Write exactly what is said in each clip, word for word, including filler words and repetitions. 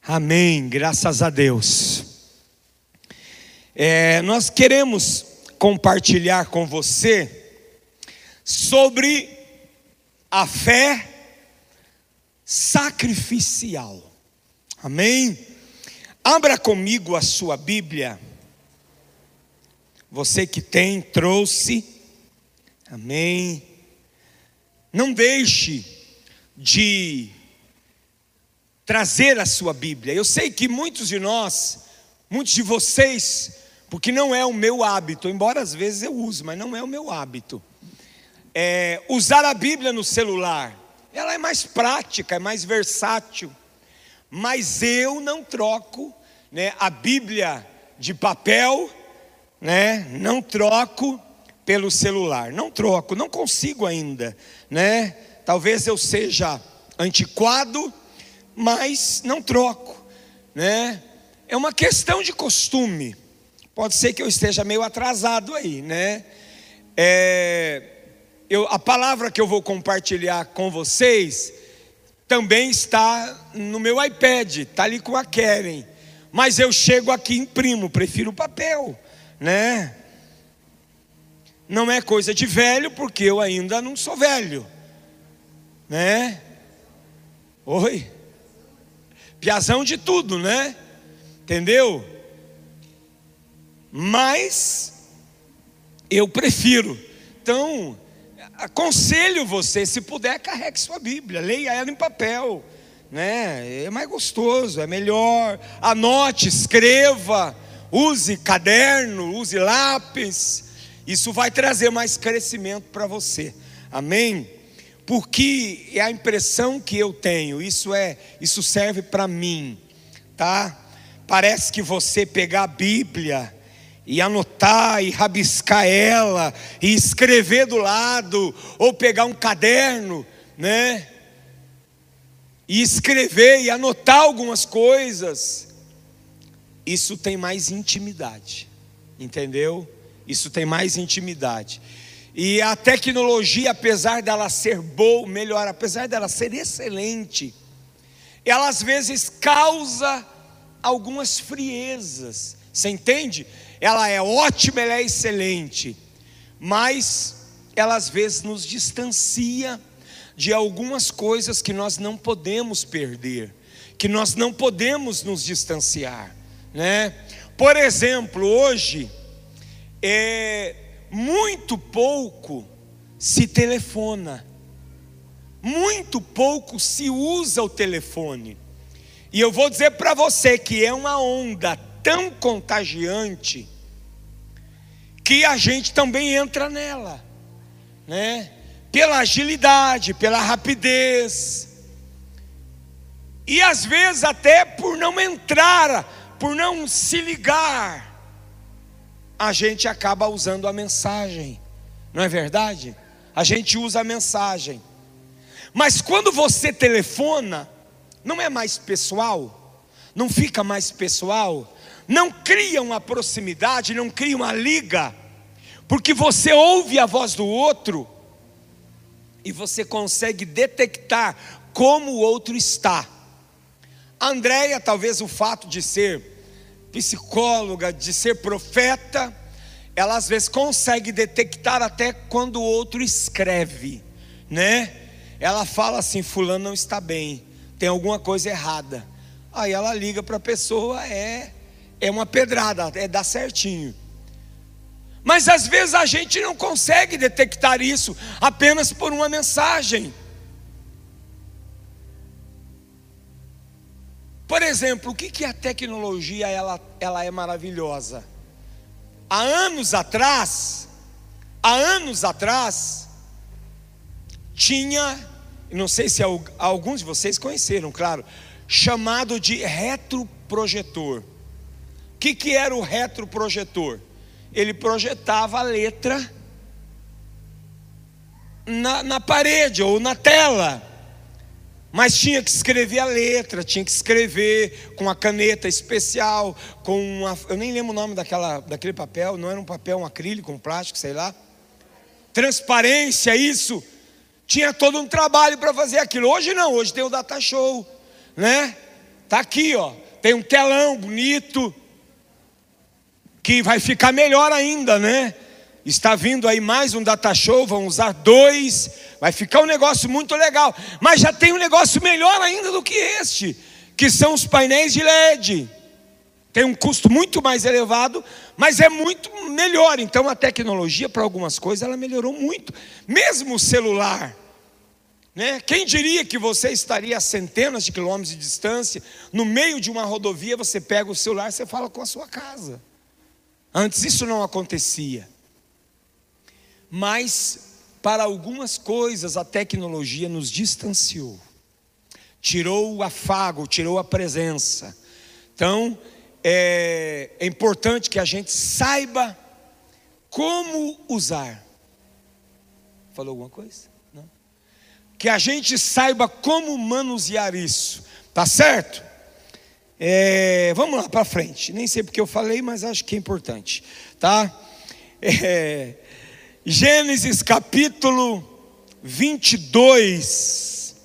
Amém, graças a Deus. É, nós queremos compartilhar com você sobre a fé sacrificial. Amém? Abra comigo a sua Bíblia. Você que tem, trouxe. Amém. Não deixe de trazer a sua Bíblia. Eu sei que muitos de nós, muitos de vocês, porque não é o meu hábito, embora às vezes eu use, mas não é o meu hábito, é, usar a Bíblia no celular. Ela é mais prática, é mais versátil, mas eu não troco, né, a Bíblia de papel, né, não troco pelo celular, não troco, não consigo ainda, né? Talvez eu seja antiquado, mas não troco, né? É uma questão de costume. Pode ser que eu esteja meio atrasado aí, né? É, eu, a palavra que eu vou compartilhar com vocês também está no meu iPad, está ali com a Keren, mas eu chego aqui e imprimo, prefiro o papel, né? Não é coisa de velho, porque eu ainda não sou velho, né? Oi? Piazão de tudo, né? Entendeu? Mas eu prefiro. Então, aconselho você, se puder, carregue sua Bíblia, leia ela em papel, né? É mais gostoso, é melhor. Anote, escreva, use caderno, use lápis. Isso vai trazer mais crescimento para você. Amém? Porque é a impressão que eu tenho, isso é, isso serve para mim, tá? Parece que você pegar a Bíblia e anotar e rabiscar ela e escrever do lado, ou pegar um caderno, né? E escrever e anotar algumas coisas, isso tem mais intimidade, entendeu? Isso tem mais intimidade. E a tecnologia, apesar dela ser boa, melhor, apesar dela ser excelente, ela às vezes causa algumas friezas. Você entende? Ela é ótima, ela é excelente, mas ela às vezes nos distancia de algumas coisas que nós não podemos perder, que nós não podemos nos distanciar, né? Por exemplo, hoje é muito pouco se telefona, muito pouco se usa o telefone. E eu vou dizer para você que é uma onda tão contagiante que a gente também entra nela, né? Pela agilidade, pela rapidez, e às vezes até por não entrar, por não se ligar, a gente acaba usando a mensagem, não é verdade? A gente usa a mensagem, mas quando você telefona, não é mais pessoal, não fica mais pessoal, não cria uma proximidade, não cria uma liga, porque você ouve a voz do outro, e você consegue detectar como o outro está. A Andréia, talvez o fato de ser psicóloga, de ser profeta, ela às vezes consegue detectar até quando o outro escreve, né? Ela fala assim: fulano não está bem, tem alguma coisa errada. Aí ela liga para a pessoa, é, é uma pedrada, é dar certinho. Mas às vezes a gente não consegue detectar isso apenas por uma mensagem. Por exemplo, o que, que a tecnologia ela, ela é maravilhosa? Há anos atrás, há anos atrás, tinha, não sei se alguns de vocês conheceram, claro, chamado de retroprojetor. O que, que era o retroprojetor? Ele projetava a letra na, na parede ou na tela, mas tinha que escrever a letra, tinha que escrever com a caneta especial, com uma, eu nem lembro o nome daquela, daquele papel, não era um papel, um acrílico, um plástico, sei lá, transparência, isso, tinha todo um trabalho para fazer aquilo. Hoje não, hoje tem o data show, né? Tá aqui, ó. Tem um telão bonito, que vai ficar melhor ainda, né? Está vindo aí mais um data show, vão usar dois, vai ficar um negócio muito legal. Mas já tem um negócio melhor ainda do que este, que são os painéis de L E D. Tem um custo muito mais elevado, mas é muito melhor. Então a tecnologia para algumas coisas ela melhorou muito. Mesmo o celular, né? Quem diria que você estaria a centenas de quilômetros de distância, no meio de uma rodovia, você pega o celular e você fala com a sua casa. Antes isso não acontecia. Mas para algumas coisas a tecnologia nos distanciou, tirou o afago, tirou a presença. Então é, é importante que a gente saiba como usar. Falou alguma coisa? Não? Que a gente saiba como manusear isso, tá certo? É, vamos lá para frente. Nem sei porque eu falei, mas acho que é importante, tá? É, Gênesis capítulo vinte e dois,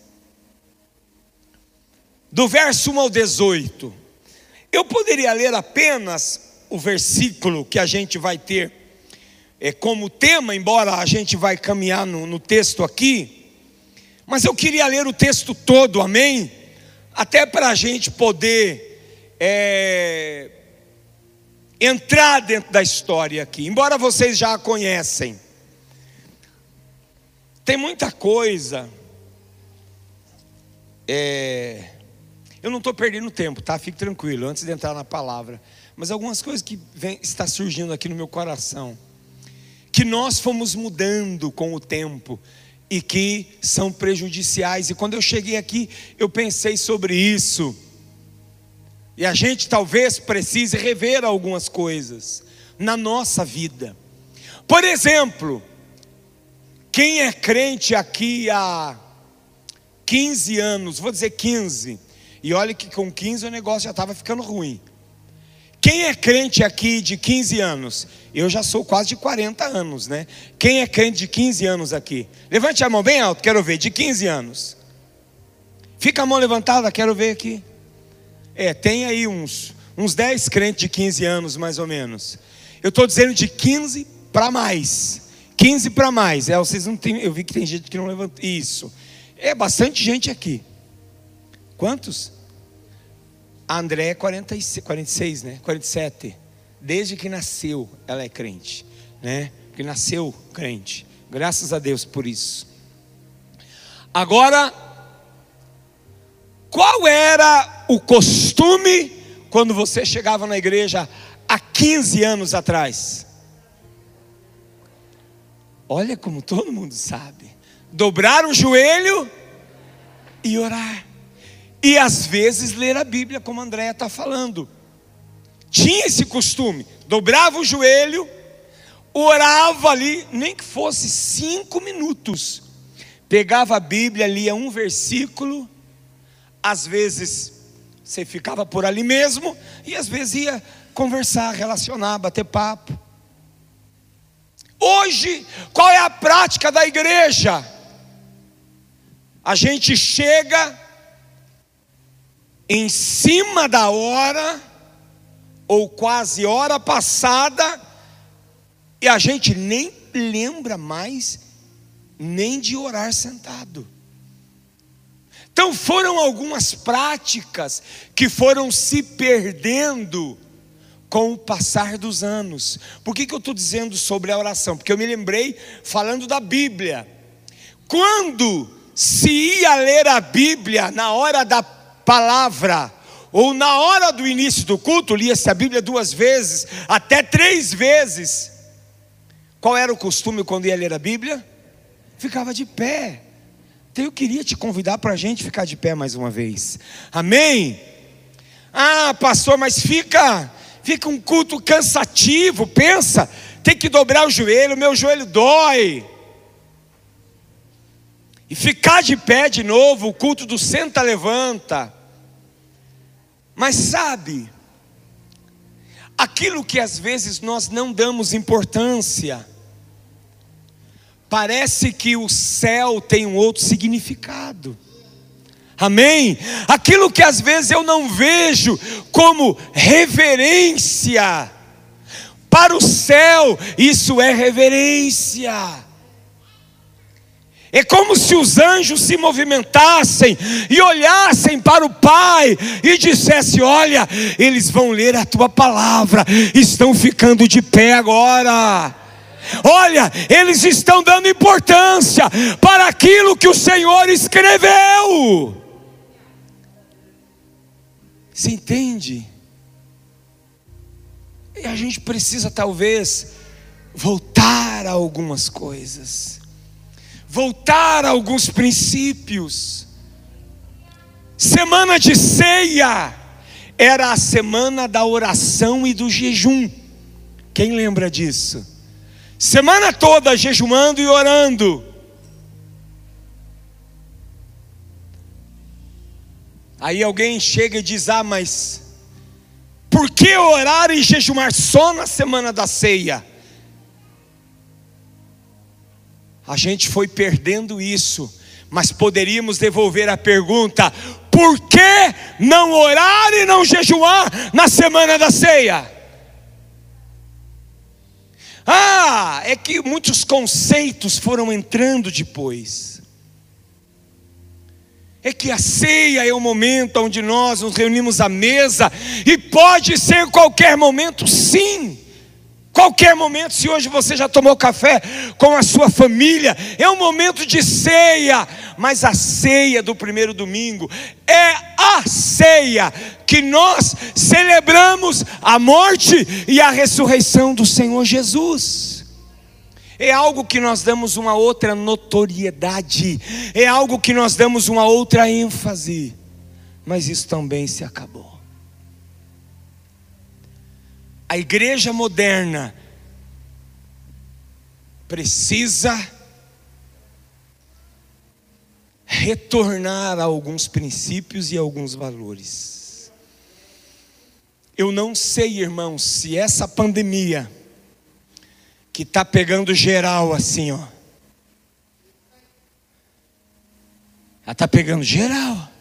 do verso um ao dezoito. Eu poderia ler apenas o versículo que a gente vai ter é, como tema, embora a gente vai caminhar no, no texto aqui, mas eu queria ler o texto todo, amém? Até para a gente poder é, entrar dentro da história aqui, embora vocês já a conhecem. Tem muita coisa, é, eu não estou perdendo tempo, tá? Fique tranquilo, antes de entrar na palavra. Mas algumas coisas que vem, está surgindo aqui no meu coração, que nós fomos mudando com o tempo, e que são prejudiciais. E quando eu cheguei aqui, eu pensei sobre isso. E a gente talvez precise rever algumas coisas na nossa vida. Por exemplo, quem é crente aqui há quinze anos, vou dizer quinze, e olha que com quinze o negócio já estava ficando ruim. Quem é crente aqui de quinze anos? Eu já sou quase de quarenta anos, né? Quem é crente de quinze anos aqui? Levante a mão bem alto, quero ver, de quinze anos. Fica a mão levantada, quero ver aqui. É, tem aí uns, uns dez crentes de quinze anos mais ou menos. Eu estou dizendo de quinze para mais. quinze para mais, é, vocês não tem, eu vi que tem gente que não levanta. Isso, é bastante gente aqui. Quantos? A André é quarenta e seis, quarenta e seis, né? quarenta e sete. Desde que nasceu ela é crente, né? Que nasceu crente. Graças a Deus por isso. Agora, qual era o costume quando você chegava na igreja há quinze anos atrás? Olha como todo mundo sabe. Dobrar o joelho e orar. E às vezes ler a Bíblia, como a Andréia está falando. Tinha esse costume. Dobrava o joelho, orava ali, nem que fosse cinco minutos. Pegava a Bíblia, lia um versículo. Às vezes você ficava por ali mesmo, e às vezes ia conversar, relacionar, bater papo. Hoje, qual é a prática da igreja? A gente chega em cima da hora, ou quase hora passada, e a gente nem lembra mais, nem de orar sentado. Então foram algumas práticas que foram se perdendo com o passar dos anos. Por que que eu estou dizendo sobre a oração? Porque eu me lembrei falando da Bíblia. Quando se ia ler a Bíblia na hora da palavra, ou na hora do início do culto, lia-se a Bíblia duas vezes, até três vezes. Qual era o costume quando ia ler a Bíblia? Ficava de pé. Então eu queria te convidar para a gente ficar de pé mais uma vez. Amém? Ah, pastor, mas fica Fica um culto cansativo. Pensa, tem que dobrar o joelho, meu joelho dói. E ficar de pé de novo, o culto do senta, levanta. Mas sabe, aquilo que às vezes nós não damos importância, parece que o céu tem um outro significado. Amém? Aquilo que às vezes eu não vejo como reverência para o céu, isso é reverência. É como se os anjos se movimentassem e olhassem para o Pai e dissessem: olha, eles vão ler a tua palavra, estão ficando de pé agora. Olha, eles estão dando importância para aquilo que o Senhor escreveu. Você entende? E a gente precisa talvez voltar a algumas coisas, voltar a alguns princípios. Semana de ceia era a semana da oração e do jejum. Quem lembra disso? Semana toda jejuando e orando. Aí alguém chega e diz: ah, mas por que orar e jejumar só na semana da ceia? A gente foi perdendo isso, mas poderíamos devolver a pergunta: por que não orar e não jejuar na semana da ceia? Ah, é que muitos conceitos foram entrando depois. É que a ceia é o momento onde nós nos reunimos à mesa, e pode ser qualquer momento, sim. Qualquer momento. Se hoje você já tomou café com a sua família, é um momento de ceia. Mas a ceia do primeiro domingo é a ceia que nós celebramos a morte e a ressurreição do Senhor Jesus. É algo que nós damos uma outra notoriedade, é algo que nós damos uma outra ênfase. Mas isso também se acabou. A igreja moderna precisa retornar a alguns princípios e alguns valores. Eu não sei, irmãos, se essa pandemia que está pegando geral assim, ó, ela está pegando geral.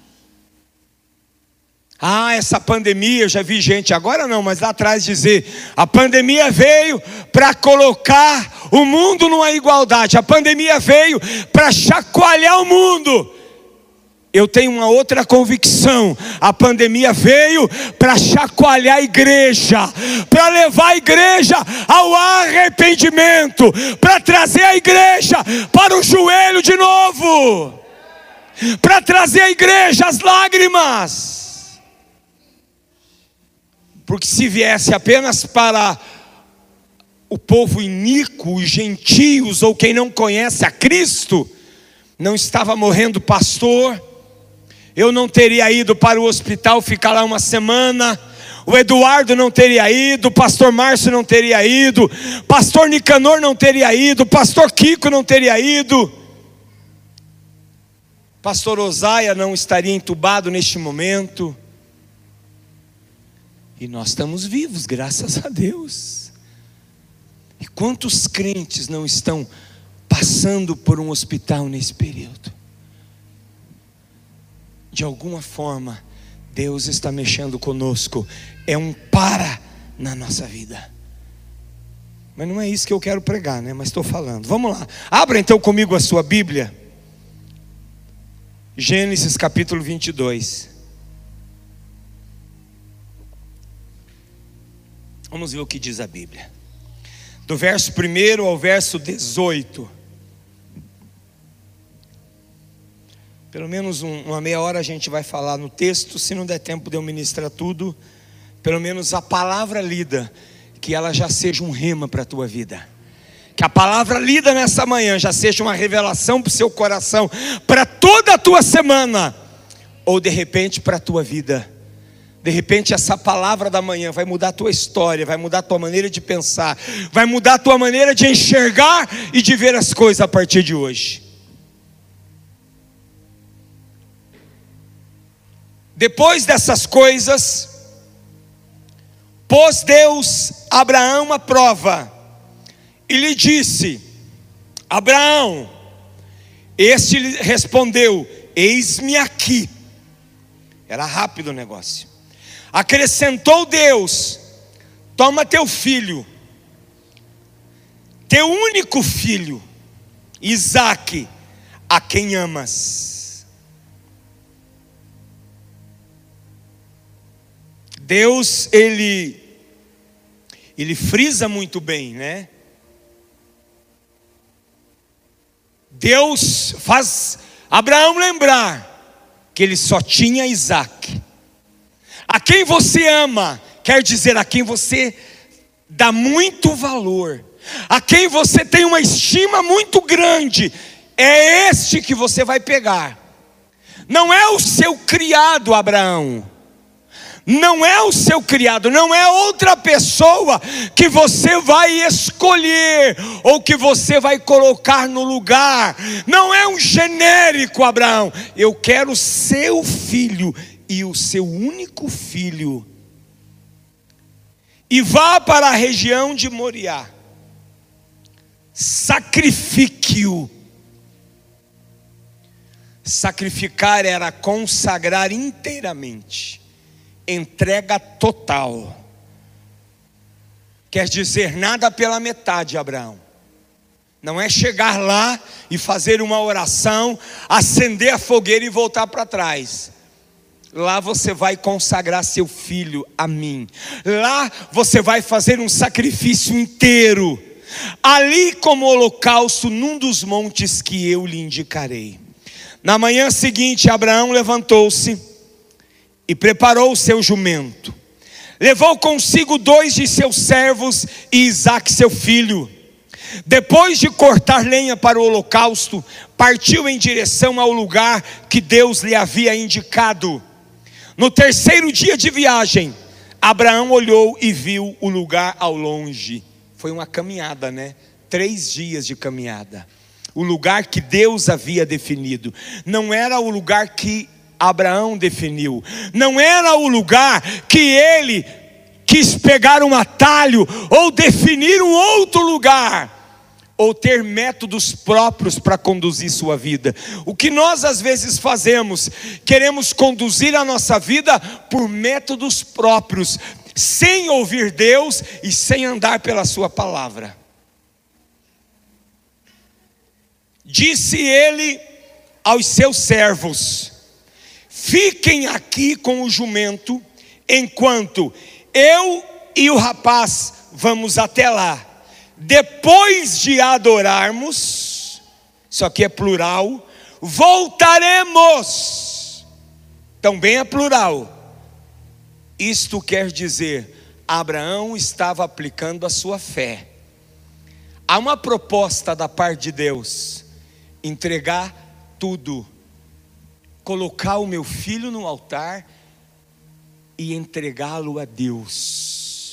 Ah, essa pandemia, eu já vi gente, agora não, mas lá atrás dizer: a pandemia veio para colocar o mundo numa igualdade, a pandemia veio para chacoalhar o mundo. Eu tenho uma outra convicção: a pandemia veio para chacoalhar a igreja, para levar a igreja ao arrependimento, para trazer a igreja para o joelho de novo, para trazer a igreja às lágrimas. Porque se viesse apenas para o povo iníquo, os gentios, ou quem não conhece a Cristo, não estava morrendo pastor, eu não teria ido para o hospital ficar lá uma semana, o Eduardo não teria ido, o pastor Márcio não teria ido, pastor Nicanor não teria ido, pastor Kiko não teria ido, pastor Osaia não estaria entubado neste momento. E nós estamos vivos, graças a Deus. E quantos crentes não estão passando por um hospital nesse período? De alguma forma, Deus está mexendo conosco. É um para na nossa vida. Mas não é isso que eu quero pregar, né? Mas estou falando. Vamos lá. Abra então comigo a sua Bíblia. Gênesis capítulo vinte e dois. Vamos ver o que diz a Bíblia. Do verso primeiro ao verso dezoito. Pelo menos um, uma meia hora a gente vai falar no texto. Se não der tempo de eu ministrar tudo, pelo menos a palavra lida, que ela já seja um rema para a tua vida. Que a palavra lida nessa manhã já seja uma revelação para o seu coração, para toda a tua semana, ou de repente para a tua vida. De repente essa palavra da manhã vai mudar a tua história, vai mudar a tua maneira de pensar, vai mudar a tua maneira de enxergar e de ver as coisas a partir de hoje. Depois dessas coisas, pôs Deus a Abraão à prova e lhe disse: Abraão. Este lhe respondeu: eis-me aqui. Era rápido o negócio. Acrescentou Deus: toma teu filho, teu único filho, Isaque, a quem amas. Deus, ele, ele frisa muito bem, né? Deus faz Abraão lembrar que ele só tinha Isaque. A quem você ama, quer dizer a quem você dá muito valor, a quem você tem uma estima muito grande, é este que você vai pegar. Não é o seu criado, Abraão. Não é o seu criado, não é outra pessoa que você vai escolher, ou que você vai colocar no lugar. Não é um genérico, Abraão. Eu quero seu filho, e o seu único filho. E vá para a região de Moriá, sacrifique-o. Sacrificar era consagrar inteiramente, entrega total. Quer dizer, nada pela metade, Abraão. Não é chegar lá e fazer uma oração, acender a fogueira e voltar para trás. Lá você vai consagrar seu filho a mim. Lá você vai fazer um sacrifício inteiro. Ali como holocausto num dos montes que eu lhe indicarei. Na manhã seguinte, Abraão levantou-se e preparou o seu jumento. Levou consigo dois de seus servos e Isaque seu filho. Depois de cortar lenha para o holocausto, partiu em direção ao lugar que Deus lhe havia indicado. No terceiro dia de viagem, Abraão olhou e viu o lugar ao longe. Foi uma caminhada, né? Três dias de caminhada. O lugar que Deus havia definido. Não era o lugar que Abraão definiu. Não era o lugar que ele quis pegar um atalho, ou definir um outro lugar, ou ter métodos próprios para conduzir sua vida. O que nós às vezes fazemos, queremos conduzir a nossa vida por métodos próprios, sem ouvir Deus e sem andar pela sua palavra. Disse ele aos seus servos: fiquem aqui com o jumento, enquanto eu e o rapaz vamos até lá. Depois de adorarmos, isso aqui é plural, voltaremos. Também é plural. Isto quer dizer, Abraão estava aplicando a sua fé. Há uma proposta da parte de Deus: entregar tudo, colocar o meu filho no altar e entregá-lo a Deus.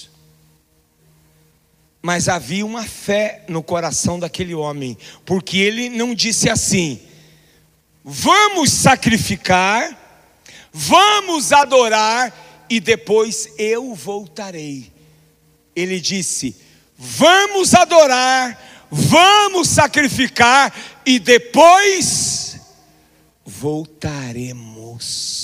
Mas havia uma fé no coração daquele homem, porque ele não disse assim: vamos sacrificar, vamos adorar e depois eu voltarei. Ele disse: vamos adorar, vamos sacrificar e depois voltaremos.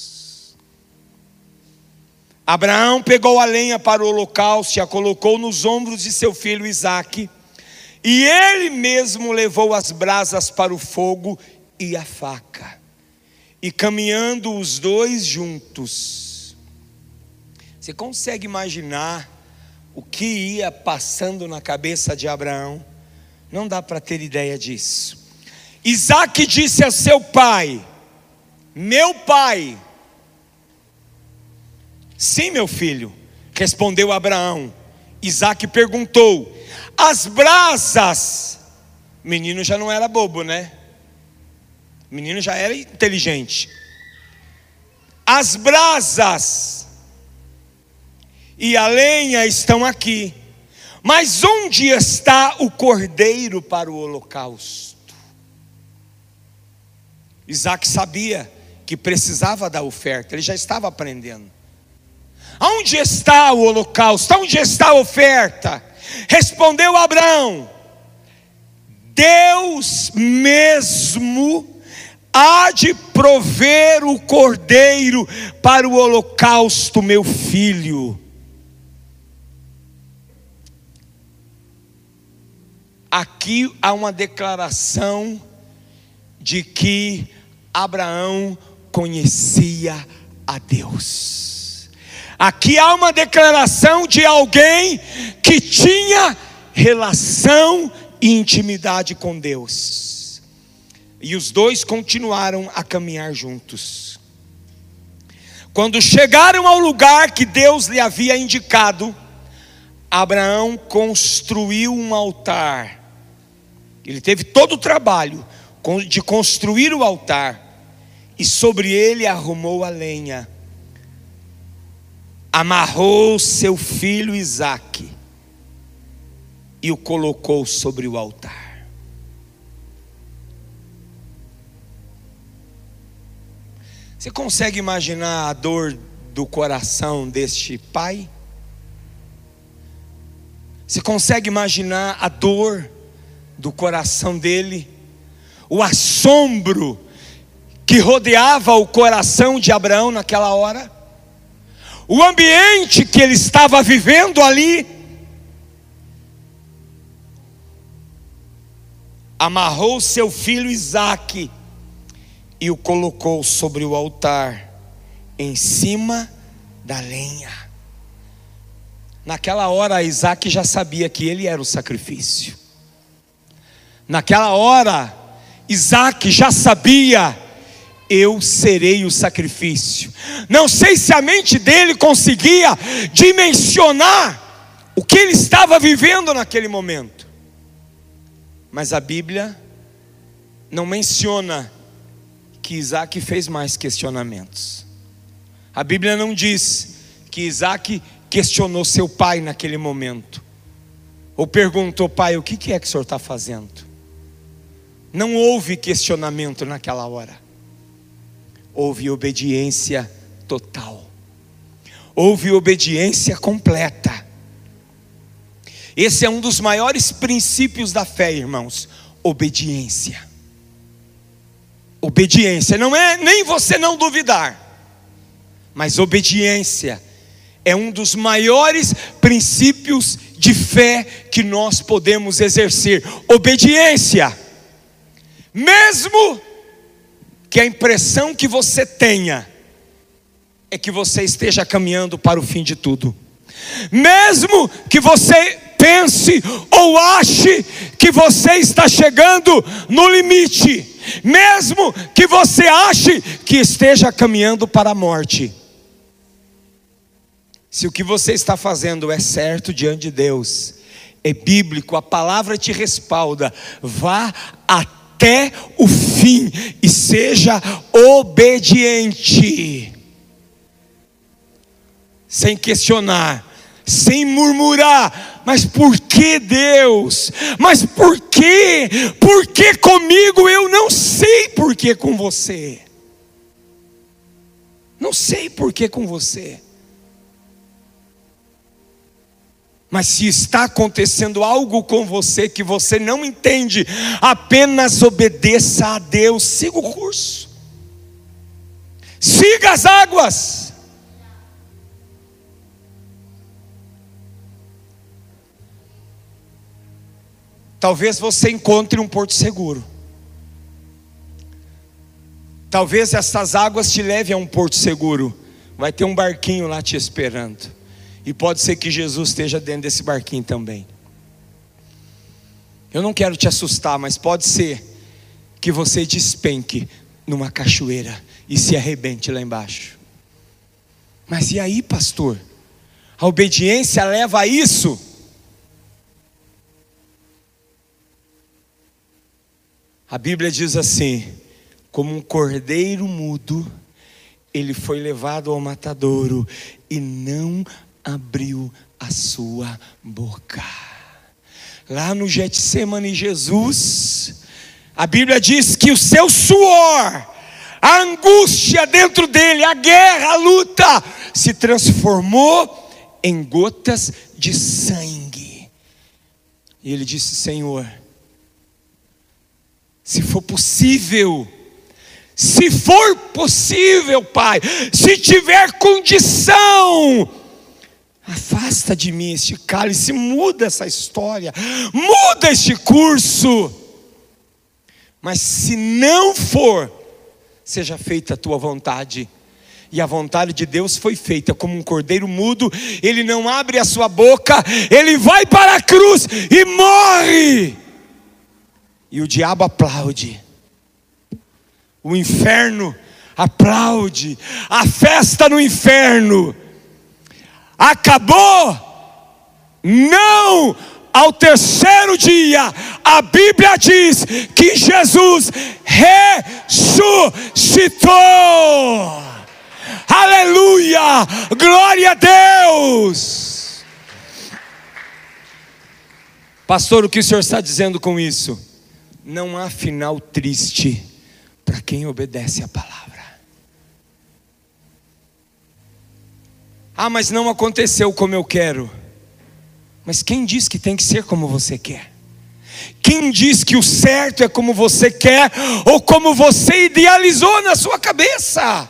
Abraão pegou a lenha para o holocausto e a colocou nos ombros de seu filho Isaque, e ele mesmo levou as brasas para o fogo e a faca, e caminhando os dois juntos. Você consegue imaginar o que ia passando na cabeça de Abraão? Não dá para ter ideia disso. Isaque disse a seu pai: meu pai. Sim, meu filho, respondeu Abraão. Isaque perguntou: as brasas? O menino já não era bobo, né? O menino já era inteligente. As brasas e a lenha estão aqui, mas onde está o cordeiro para o holocausto? Isaque sabia que precisava da oferta, ele já estava aprendendo. Onde está o holocausto? Onde está a oferta? Respondeu Abraão: Deus mesmo há de prover o cordeiro para o holocausto, meu filho. Aqui há uma declaração de que Abraão conhecia a Deus. Aqui há uma declaração de alguém que tinha relação e intimidade com Deus. E os dois continuaram a caminhar juntos. Quando chegaram ao lugar que Deus lhe havia indicado, Abraão construiu um altar. Ele teve todo o trabalho de construir o altar, e sobre ele arrumou a lenha, amarrou seu filho Isaque e o colocou sobre o altar. Você consegue imaginar a dor do coração deste pai? Você consegue imaginar a dor do coração dele? O assombro que rodeava o coração de Abraão naquela hora? O ambiente que ele estava vivendo ali? Amarrou seu filho Isaque e o colocou sobre o altar, em cima da lenha. Naquela hora Isaque já sabia que ele era o sacrifício. Naquela hora Isaque já sabia: eu serei o sacrifício. Não sei se a mente dele conseguia dimensionar o que ele estava vivendo naquele momento, mas a Bíblia não menciona que Isaque fez mais questionamentos. A Bíblia não diz que Isaque questionou seu pai naquele momento, ou perguntou: pai, o que é que o senhor está fazendo? Não houve questionamento naquela hora. Houve obediência total. Houve obediência completa. Esse é um dos maiores princípios da fé, irmãos. Obediência. Obediência. Não é nem você não duvidar, mas obediência é um dos maiores princípios de fé que nós podemos exercer. Obediência. Mesmo que a impressão que você tenha é que você esteja caminhando para o fim de tudo, mesmo que você pense ou ache que você está chegando no limite, mesmo que você ache que esteja caminhando para a morte, se o que você está fazendo é certo diante de Deus, é bíblico, a palavra te respalda, vá até até o fim e seja obediente, sem questionar, sem murmurar. Mas por que Deus? Mas por que? Por que comigo? Eu não sei por que com você. Não sei por que com você. Mas se está acontecendo algo com você que você não entende, apenas obedeça a Deus, siga o curso, siga as águas. Talvez você encontre um porto seguro. Talvez essas águas te levem a um porto seguro. Vai ter um barquinho lá te esperando. E pode ser que Jesus esteja dentro desse barquinho também. Eu não quero te assustar, mas pode ser que você despenque numa cachoeira e se arrebente lá embaixo. Mas e aí, pastor? A obediência leva a isso? A Bíblia diz assim: como um cordeiro mudo, ele foi levado ao matadouro e não abriu a sua boca. Lá no Getsemane, Jesus, a Bíblia diz que o seu suor, a angústia dentro dele, a guerra, a luta, se transformou em gotas de sangue. E ele disse: Senhor, se for possível, Se for possível, Pai, se tiver condição, afasta de mim este cálice, muda essa história, muda este curso. Mas se não for, seja feita a tua vontade. E a vontade de Deus foi feita. Como um cordeiro mudo, ele não abre a sua boca, ele vai para a cruz e morre. E o diabo aplaude, o inferno aplaude, a festa no inferno acabou. Não, ao terceiro dia, a Bíblia diz que Jesus ressuscitou. Aleluia, glória a Deus. Pastor, o que o senhor está dizendo com isso? Não há final triste para quem obedece a palavra. Ah, mas não aconteceu como eu quero. Mas quem diz que tem que ser como você quer? Quem diz que o certo é como você quer ou como você idealizou na sua cabeça?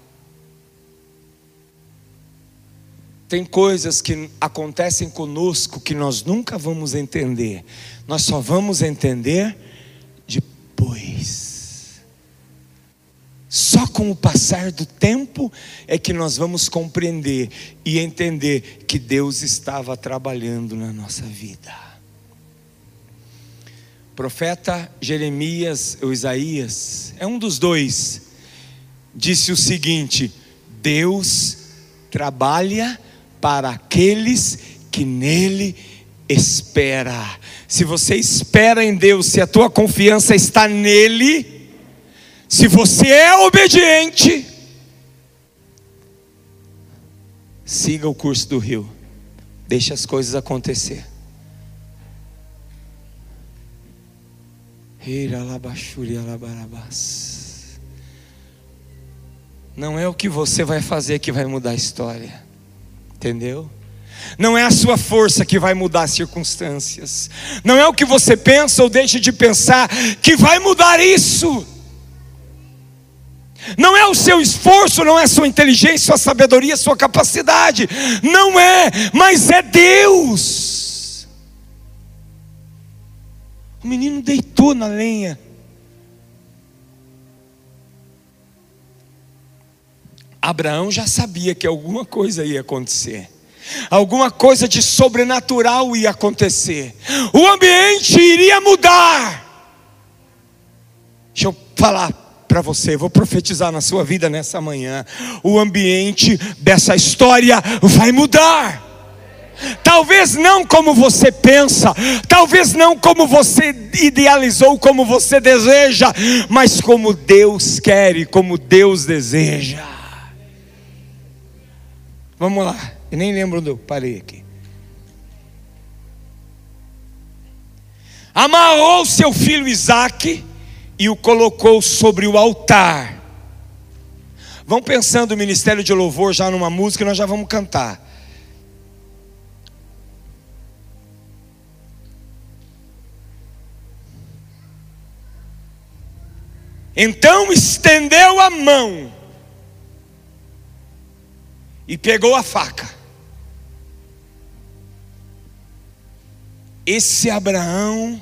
Tem coisas que acontecem conosco que nós nunca vamos entender. Nós só vamos entender depois. Só com o passar do tempo é que nós vamos compreender e entender que Deus estava trabalhando na nossa vida. O profeta Jeremias ou Isaías, é um dos dois, disse o seguinte: Deus trabalha para aqueles que nele espera. Se você espera em Deus, se a tua confiança está nele, se você é obediente, siga o curso do rio, deixe as coisas acontecer. Não é o que você vai fazer que vai mudar a história, entendeu? Não é a sua força que vai mudar as circunstâncias. Não é o que você pensa ou deixa de pensar que vai mudar isso. Não é o seu esforço, não é a sua inteligência, sua sabedoria, sua capacidade. Não é, mas é Deus. O menino deitou na lenha. Abraão já sabia que alguma coisa ia acontecer. Alguma coisa de sobrenatural ia acontecer. O ambiente iria mudar. Deixa eu falar para você, vou profetizar na sua vida nessa manhã. O ambiente dessa história vai mudar. Talvez não como você pensa, talvez não como você idealizou, como você deseja, mas como Deus quer e como Deus deseja. Vamos lá. Eu nem lembro onde eu parei aqui. Amarrou seu filho Isaque e o colocou sobre o altar. Vão pensando o ministério de louvor já numa música e nós já vamos cantar. Então estendeu a mão e pegou a faca. Esse Abraão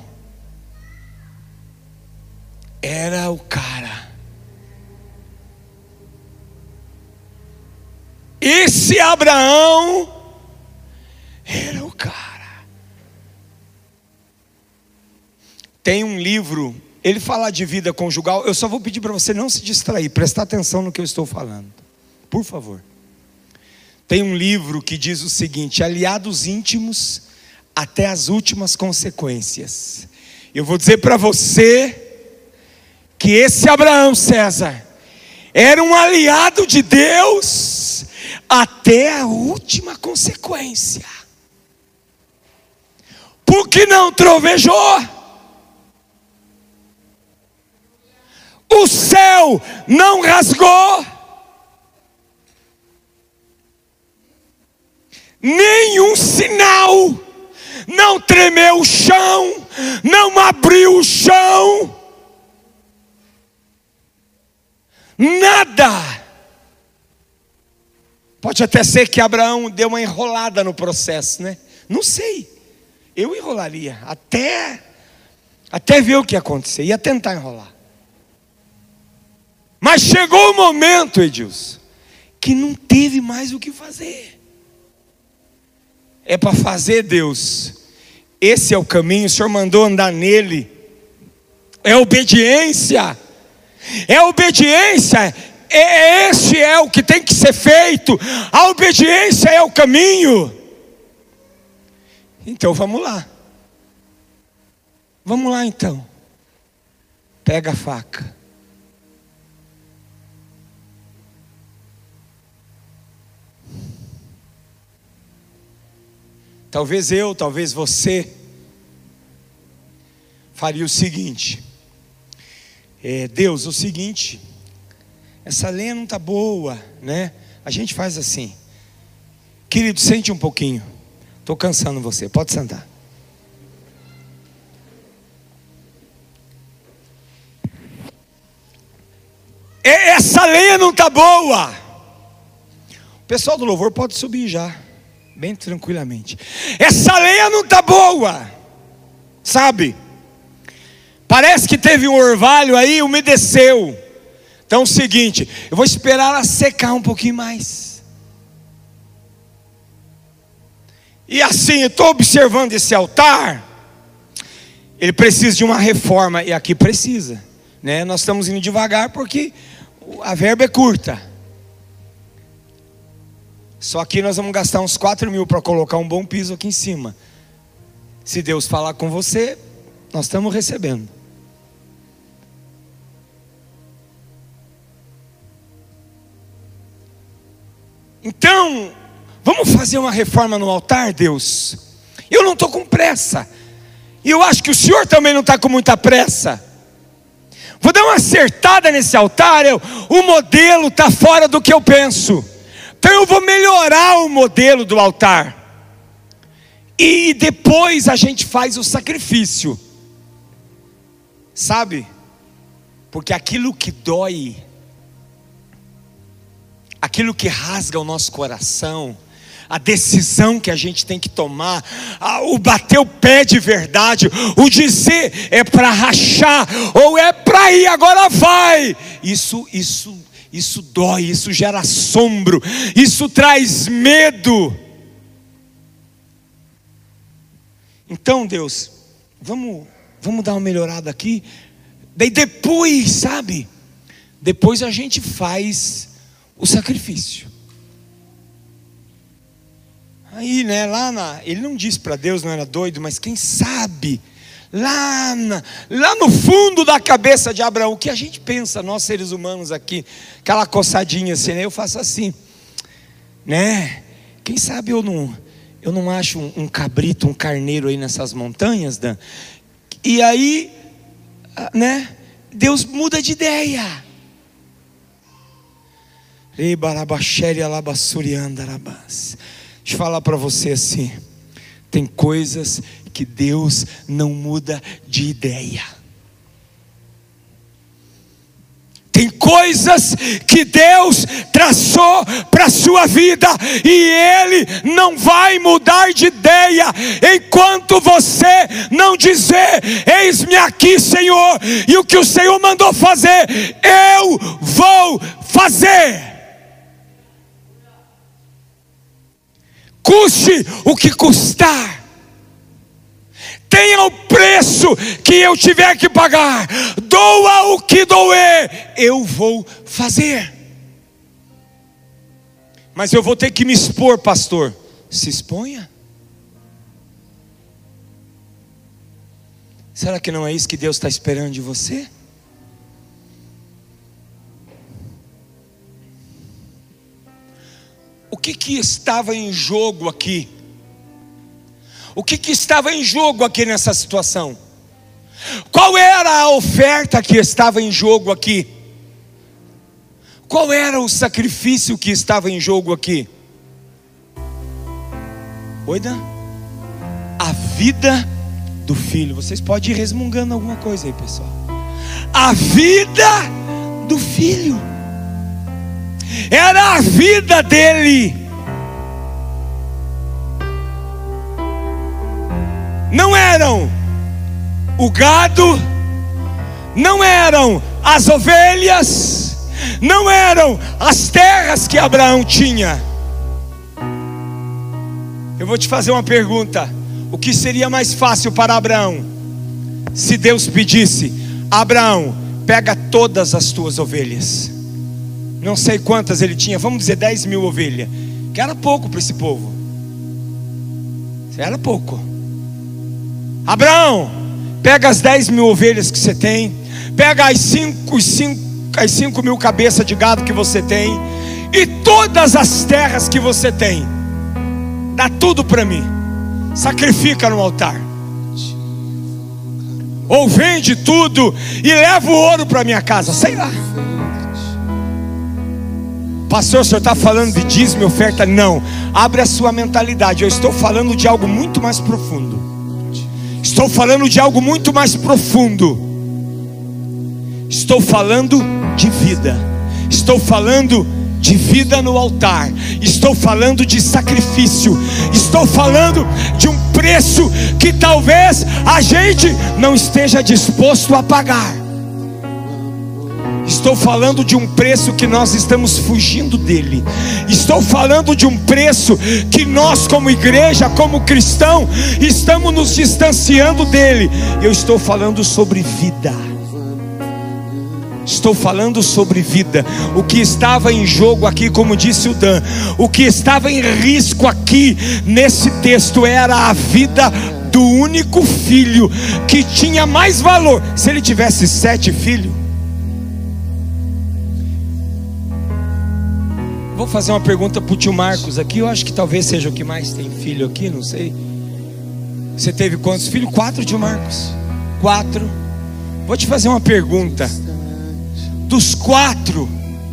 era o cara. Esse Abraão era o cara. Tem um livro, ele fala de vida conjugal. Eu só vou pedir para você não se distrair, prestar atenção no que eu estou falando, por favor. Tem um livro que diz o seguinte: aliados íntimos até as últimas consequências. Eu vou dizer para você que esse Abraão, César, era um aliado de Deus até a última consequência. Porque não trovejou, o céu não rasgou, nenhum sinal, não tremeu o chão, não abriu o chão. Nada. Pode até ser que Abraão deu uma enrolada no processo, né? Não sei. Eu enrolaria até, até ver o que ia acontecer. Ia tentar enrolar. Mas chegou o momento, Edilson, que não teve mais o que fazer. É para fazer, Deus. Esse é o caminho, o Senhor mandou andar nele. É obediência. É obediência. É, esse é o que tem que ser feito. A obediência é o caminho. Então vamos lá. Vamos lá então. Pega a faca. Talvez eu, talvez você faria o seguinte. É, Deus, o seguinte, essa lenha não está boa, né? A gente faz assim. Querido, sente um pouquinho. Estou cansando você, pode sentar. Essa lenha não está boa. O pessoal do louvor pode subir já, bem tranquilamente. Essa lenha não está boa, sabe? Parece que teve um orvalho aí, umedeceu. Então é o seguinte, eu vou esperar ela secar um pouquinho mais. E assim, eu estou observando esse altar. Ele precisa de uma reforma. E aqui precisa, né? Nós estamos indo devagar porque a verba é curta. Só que nós vamos gastar uns quatro mil para colocar um bom piso aqui em cima. Se Deus falar com você, nós estamos recebendo. Então, vamos fazer uma reforma no altar, Deus? Eu não estou com pressa. E eu acho que o Senhor também não está com muita pressa. Vou dar uma acertada nesse altar. Eu, o modelo está fora do que eu penso. Então eu vou melhorar o modelo do altar. E depois a gente faz o sacrifício. Sabe? Porque aquilo que dói, aquilo que rasga o nosso coração, a decisão que a gente tem que tomar, o bater o pé de verdade, o dizer é para rachar ou é para ir, agora vai. Isso, isso, isso dói, isso gera assombro, isso traz medo. Então, Deus, vamos, vamos dar uma melhorada aqui. Daí depois, sabe? Depois a gente faz o sacrifício. Aí, né, lá na, ele não disse para Deus, não era doido, mas quem sabe, lá, na, lá no fundo da cabeça de Abraão, o que a gente pensa, nós seres humanos aqui, aquela coçadinha assim, né, eu faço assim, né, quem sabe eu não, eu não acho um, um cabrito, um carneiro aí nessas montanhas, Dan? E aí, né, Deus muda de ideia. Deixa eu falar para você assim, tem coisas que Deus não muda de ideia. Tem coisas que Deus traçou para a sua vida e Ele não vai mudar de ideia enquanto você não dizer: eis-me aqui, Senhor, e o que o Senhor mandou fazer, eu vou fazer. Custe o que custar, tenha o preço que eu tiver que pagar, doa o que doer, eu vou fazer. Mas eu vou ter que me expor, pastor. Se exponha. Será que não é isso que Deus está esperando de você? O que que estava em jogo aqui? O que que estava em jogo aqui nessa situação? Qual era a oferta que estava em jogo aqui? Qual era o sacrifício que estava em jogo aqui? Oi, Dan? A vida do filho. Vocês podem ir resmungando alguma coisa aí, pessoal. A vida do filho. era a vida dele. Não eram o gado, não eram as ovelhas, não eram as terras que Abraão tinha. Eu vou te fazer uma pergunta: o que seria mais fácil para Abraão se Deus pedisse: Abraão, pega todas as tuas ovelhas? Não sei quantas ele tinha, vamos dizer dez mil ovelhas, que era pouco para esse povo. Era pouco. Abraão, pega as dez mil ovelhas que você tem, pega as cinco, cinco, as cinco mil cabeças de gado que você tem, e todas as terras que você tem, dá tudo para mim, sacrifica no altar, ou vende tudo e leva o ouro para minha casa, sei lá. Pastor, o senhor está falando de dízimo e oferta? Não, abre a sua mentalidade. Eu estou falando de algo muito mais profundo. Estou falando de algo muito mais profundo. Estou falando de vida. Estou falando de vida no altar. Estou falando de sacrifício. Estou falando de um preço que talvez a gente não esteja disposto a pagar. Estou falando de um preço que nós estamos fugindo dele. Estou falando de um preço que nós, como igreja, como cristão, estamos nos distanciando dele. Eu estou falando sobre vida. Estou falando sobre vida. O que estava em jogo aqui, como disse o Dan, o que estava em risco aqui nesse texto era a vida do único filho que tinha mais valor. Se ele tivesse sete filhos, vou fazer uma pergunta para o tio Marcos aqui. Eu acho que talvez seja o que mais tem filho aqui, não sei. Você teve quantos filhos? Quatro, tio Marcos? Quatro. Vou te fazer uma pergunta. Dos quatro,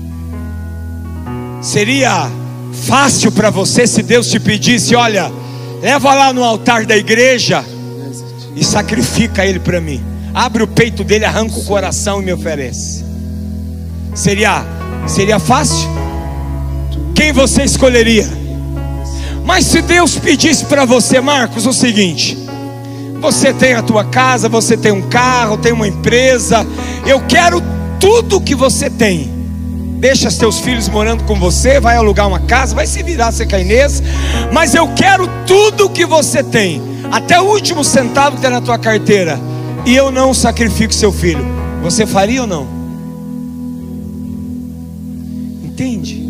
seria fácil para você se Deus te pedisse: olha, leva lá no altar da igreja e sacrifica ele para mim? Abre o peito dele, arranca o coração e me oferece. Seria, seria fácil? Quem você escolheria? Mas se Deus pedisse para você: Marcos, o seguinte, você tem a tua casa, você tem um carro, tem uma empresa, eu quero tudo que você tem, deixa os teus filhos morando com você, vai alugar uma casa, vai se virar ser cainês, mas eu quero tudo que você tem, até o último centavo que está na tua carteira, e eu não sacrifico seu filho, você faria ou não? Entende?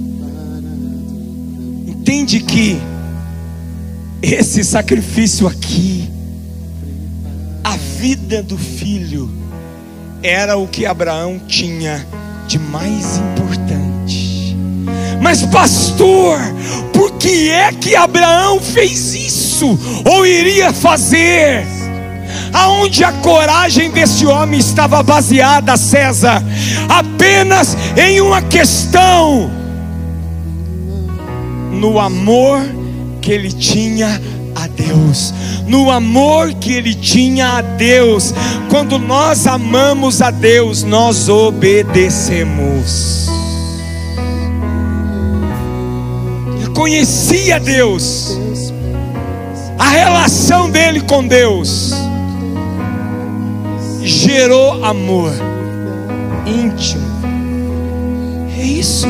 Entende que esse sacrifício aqui, a vida do filho, era o que Abraão tinha de mais importante. Mas pastor, por que é que Abraão fez isso? Ou iria fazer? Aonde a coragem desse homem estava baseada, César? Apenas em uma questão: no amor que ele tinha a Deus, no amor que ele tinha a Deus. Quando nós amamos a Deus, nós obedecemos. Ele conhecia Deus, a relação dele com Deus gerou amor íntimo. É isso.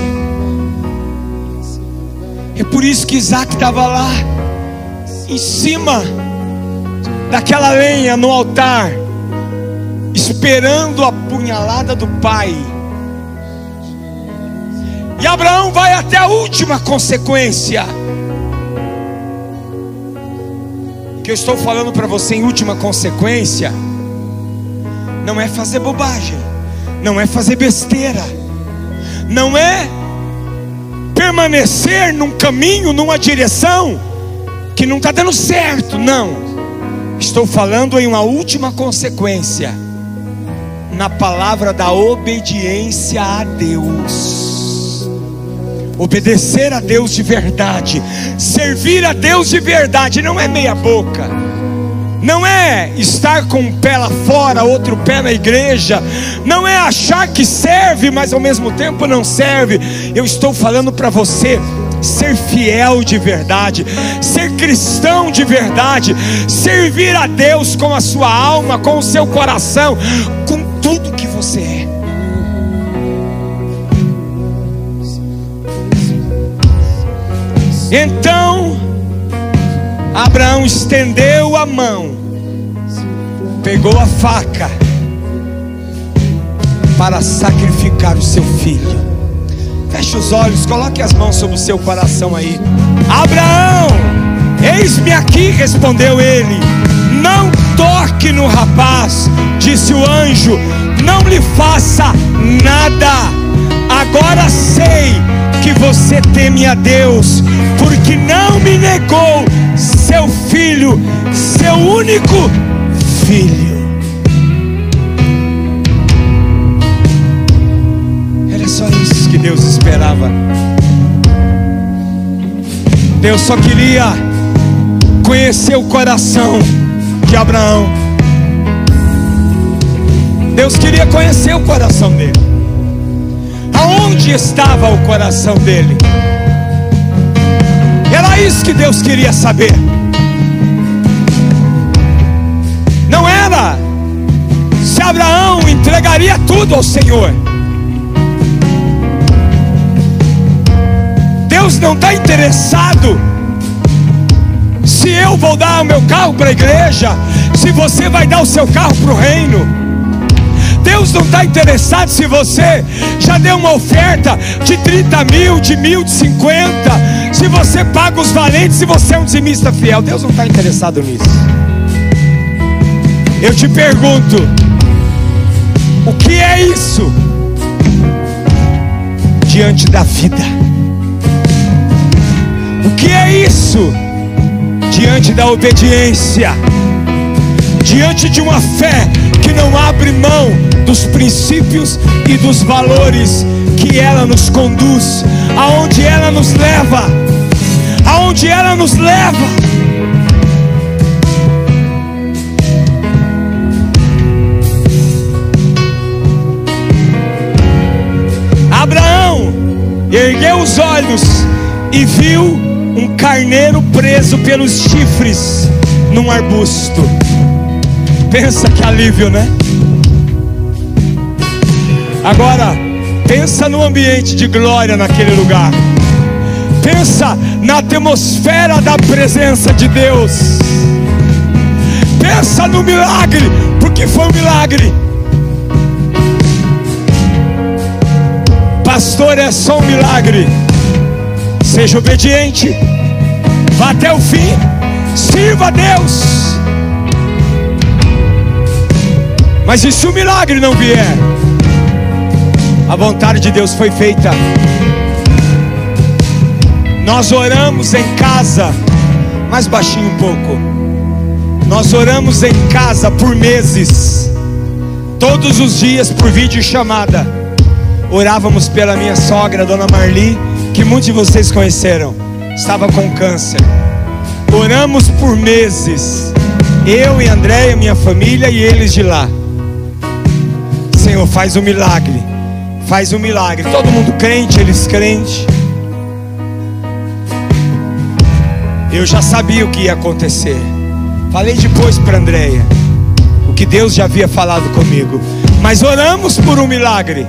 É por isso que Isaac estava lá em cima daquela lenha no altar, esperando a punhalada do pai. E Abraão vai até a última consequência. O que eu estou falando para você em última consequência não é fazer bobagem, não é fazer besteira, não é permanecer num caminho, numa direção que não está dando certo, não. Estou falando em uma última consequência, na palavra da obediência a Deus. Obedecer a Deus de verdade, servir a Deus de verdade, não é meia boca, não é estar com um pé lá fora, outro pé na igreja, não é achar que serve, mas ao mesmo tempo não serve. Eu estou falando para você ser fiel de verdade, ser cristão de verdade, servir a Deus com a sua alma, com o seu coração, com tudo que você é. Então Abraão estendeu a mão, pegou a faca para sacrificar o seu filho. Feche os olhos, coloque as mãos sobre o seu coração aí. Abraão, eis-me aqui, respondeu ele. Não toque no rapaz, disse o anjo, não lhe faça nada. Agora sei que você teme a Deus, porque não me negou seu filho, seu único filho. Era só isso que Deus esperava. Deus só queria conhecer o coração de Abraão. Deus queria conhecer o coração dele. Aonde estava o coração dele? Era isso que Deus queria saber. Não era se Abraão entregaria tudo ao Senhor. Deus não está interessado se eu vou dar o meu carro para a igreja, se você vai dar o seu carro para o reino. Deus não está interessado se você já deu uma oferta de trinta mil, de mil, de cinquenta, se você paga os valentes, se você é um dizimista fiel. Deus não está interessado nisso. Eu te pergunto, o que é isso diante da vida? O que é isso diante da obediência? Diante de uma fé que não abre mão dos princípios e dos valores que ela nos conduz, aonde ela nos leva, aonde ela nos leva. Abraão ergueu os olhos e viu um carneiro preso pelos chifres num arbusto. Pensa que alívio, né? Agora, pensa no ambiente de glória naquele lugar. Pensa na atmosfera da presença de Deus. Pensa no milagre, porque foi um milagre. Pastor, é só um milagre. Seja obediente, vá até o fim, sirva a Deus. Mas e se o milagre não vier? A vontade de Deus foi feita. Nós oramos em casa, mais baixinho um pouco. Nós oramos em casa por meses, todos os dias por videochamada. Orávamos pela minha sogra, Dona Marli, que muitos de vocês conheceram, estava com câncer. Oramos por meses, eu e Andréia, minha família e eles de lá. Senhor, faz um milagre, faz um milagre. Todo mundo crente, eles crentes. Eu já sabia o que ia acontecer. Falei depois para Andréia o que Deus já havia falado comigo. Mas oramos por um milagre.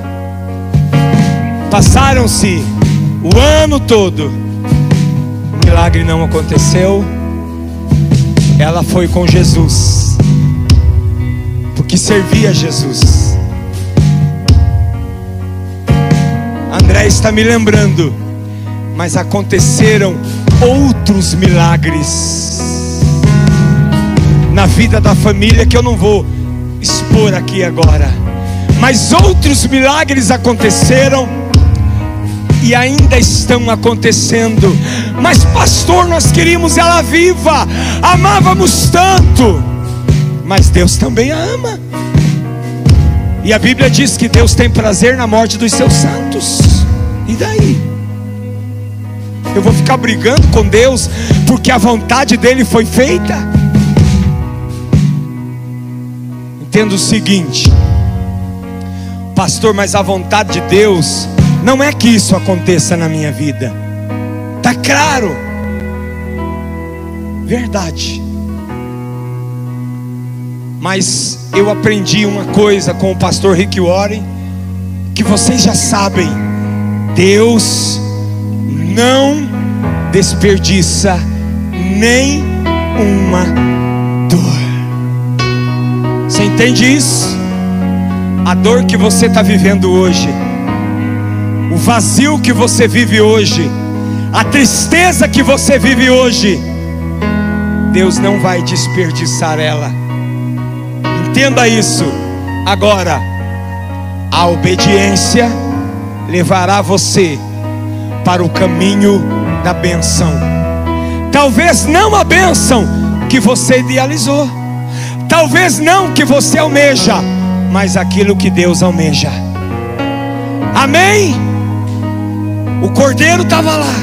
Passaram-se o ano todo, o milagre não aconteceu. Ela foi com Jesus, porque servia a Jesus. André está me lembrando, mas aconteceram outros milagres na vida da família que eu não vou expor aqui agora. Mas outros milagres aconteceram e ainda estão acontecendo. Mas pastor, nós queríamos ela viva, amávamos tanto. Mas Deus também a ama. E a Bíblia diz que Deus tem prazer na morte dos seus santos. E daí? Eu vou ficar brigando com Deus porque a vontade dele foi feita? Entenda o seguinte, pastor, mas a vontade de Deus não é que isso aconteça na minha vida. Tá claro? Verdade. Mas eu aprendi uma coisa com o pastor Rick Warren, que vocês já sabem: Deus não desperdiça nem uma dor. Você entende isso? A dor que você está vivendo hoje, o vazio que você vive hoje, a tristeza que você vive hoje, Deus não vai desperdiçar ela. Entenda isso. Agora, a obediência levará você para o caminho da bênção. Talvez não a bênção que você idealizou, talvez não que você almeja, mas aquilo que Deus almeja. Amém? O cordeiro estava lá,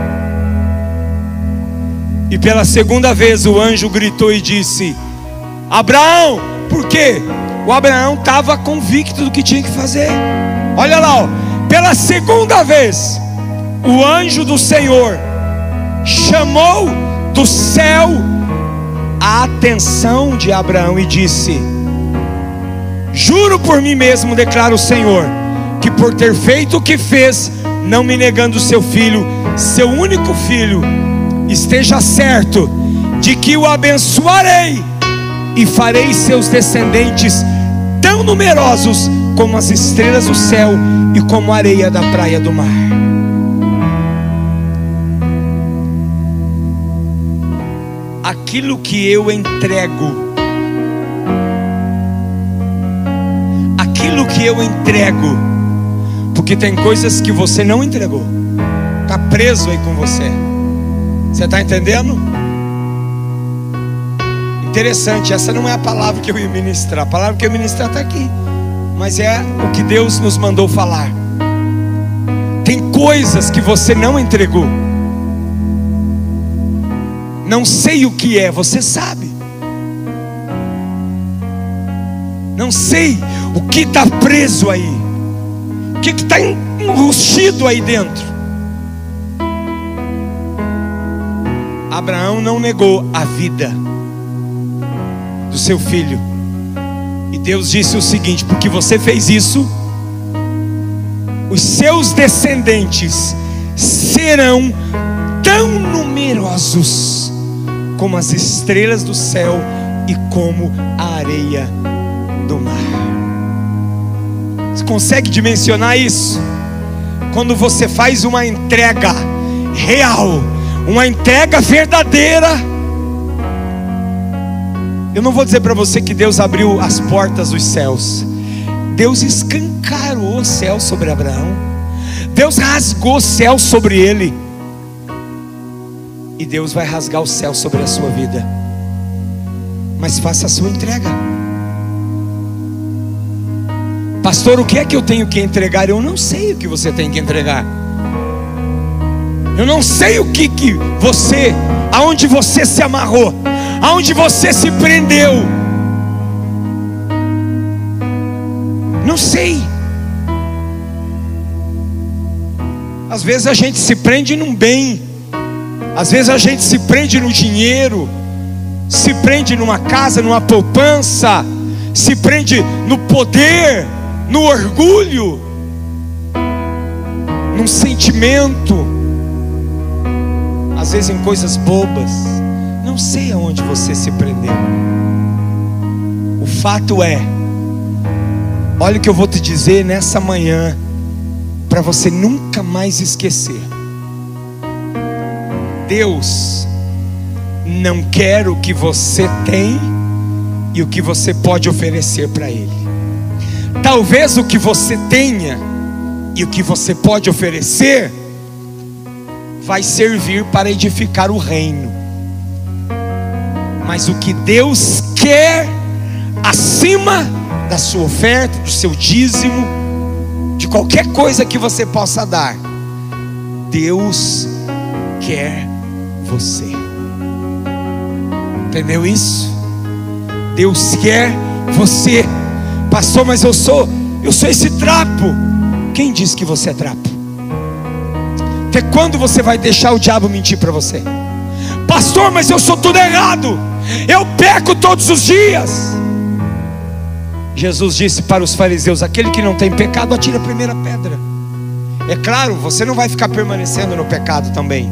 e pela segunda vez o anjo gritou e disse: Abraão. Por quê? O Abraão estava convicto do que tinha que fazer. Olha lá, ó. Pela segunda vez o anjo do Senhor chamou do céu a atenção de Abraão e disse: Juro por mim mesmo, declara o Senhor, que por ter feito o que fez, não me negando seu filho, seu único filho, esteja certo de que o abençoarei e farei seus descendentes tão numerosos como as estrelas do céu e como a areia da praia do mar. Aquilo que eu entrego, aquilo que eu entrego, porque tem coisas que você não entregou, está preso aí com você. Você está entendendo? Interessante, essa não é a palavra que eu ia ministrar. A palavra que eu ia ministrar está aqui, mas é o que Deus nos mandou falar. Tem coisas que você não entregou. Não sei o que é, você sabe. Não sei o que está preso aí, o que está enrustido aí dentro. Abraão não negou a vida do seu filho, e Deus disse o seguinte: porque você fez isso, os seus descendentes serão tão numerosos como as estrelas do céu e como a areia do mar. Você consegue dimensionar isso? Quando você faz uma entrega real, uma entrega verdadeira. Eu não vou dizer para você que Deus abriu as portas dos céus. Deus escancarou o céu sobre Abraão. Deus rasgou o céu sobre ele. E Deus vai rasgar o céu sobre a sua vida. Mas faça a sua entrega. Pastor, o que é que eu tenho que entregar? Eu não sei o que você tem que entregar. Eu não sei o que que você, aonde você se amarrou, aonde você se prendeu. Não sei. Às vezes a gente se prende num bem, às vezes a gente se prende no dinheiro, se prende numa casa, numa poupança, se prende no poder, no orgulho, num sentimento, às vezes em coisas bobas. Não sei aonde você se prendeu. O fato é, olha o que eu vou te dizer nessa manhã, para você nunca mais esquecer. Deus não quer o que você tem e o que você pode oferecer para Ele. Talvez o que você tenha e o que você pode oferecer vai servir para edificar o reino, mas o que Deus quer acima da sua oferta, do seu dízimo, de qualquer coisa que você possa dar, Deus quer você. Entendeu isso? Deus quer você. Pastor, mas eu sou eu sou esse trapo. Quem disse que você é trapo? Até quando você vai deixar o diabo mentir para você? Pastor, mas eu sou tudo errado, eu peco todos os dias. Jesus disse para os fariseus: aquele que não tem pecado, atire a primeira pedra. É claro, você não vai ficar permanecendo no pecado também.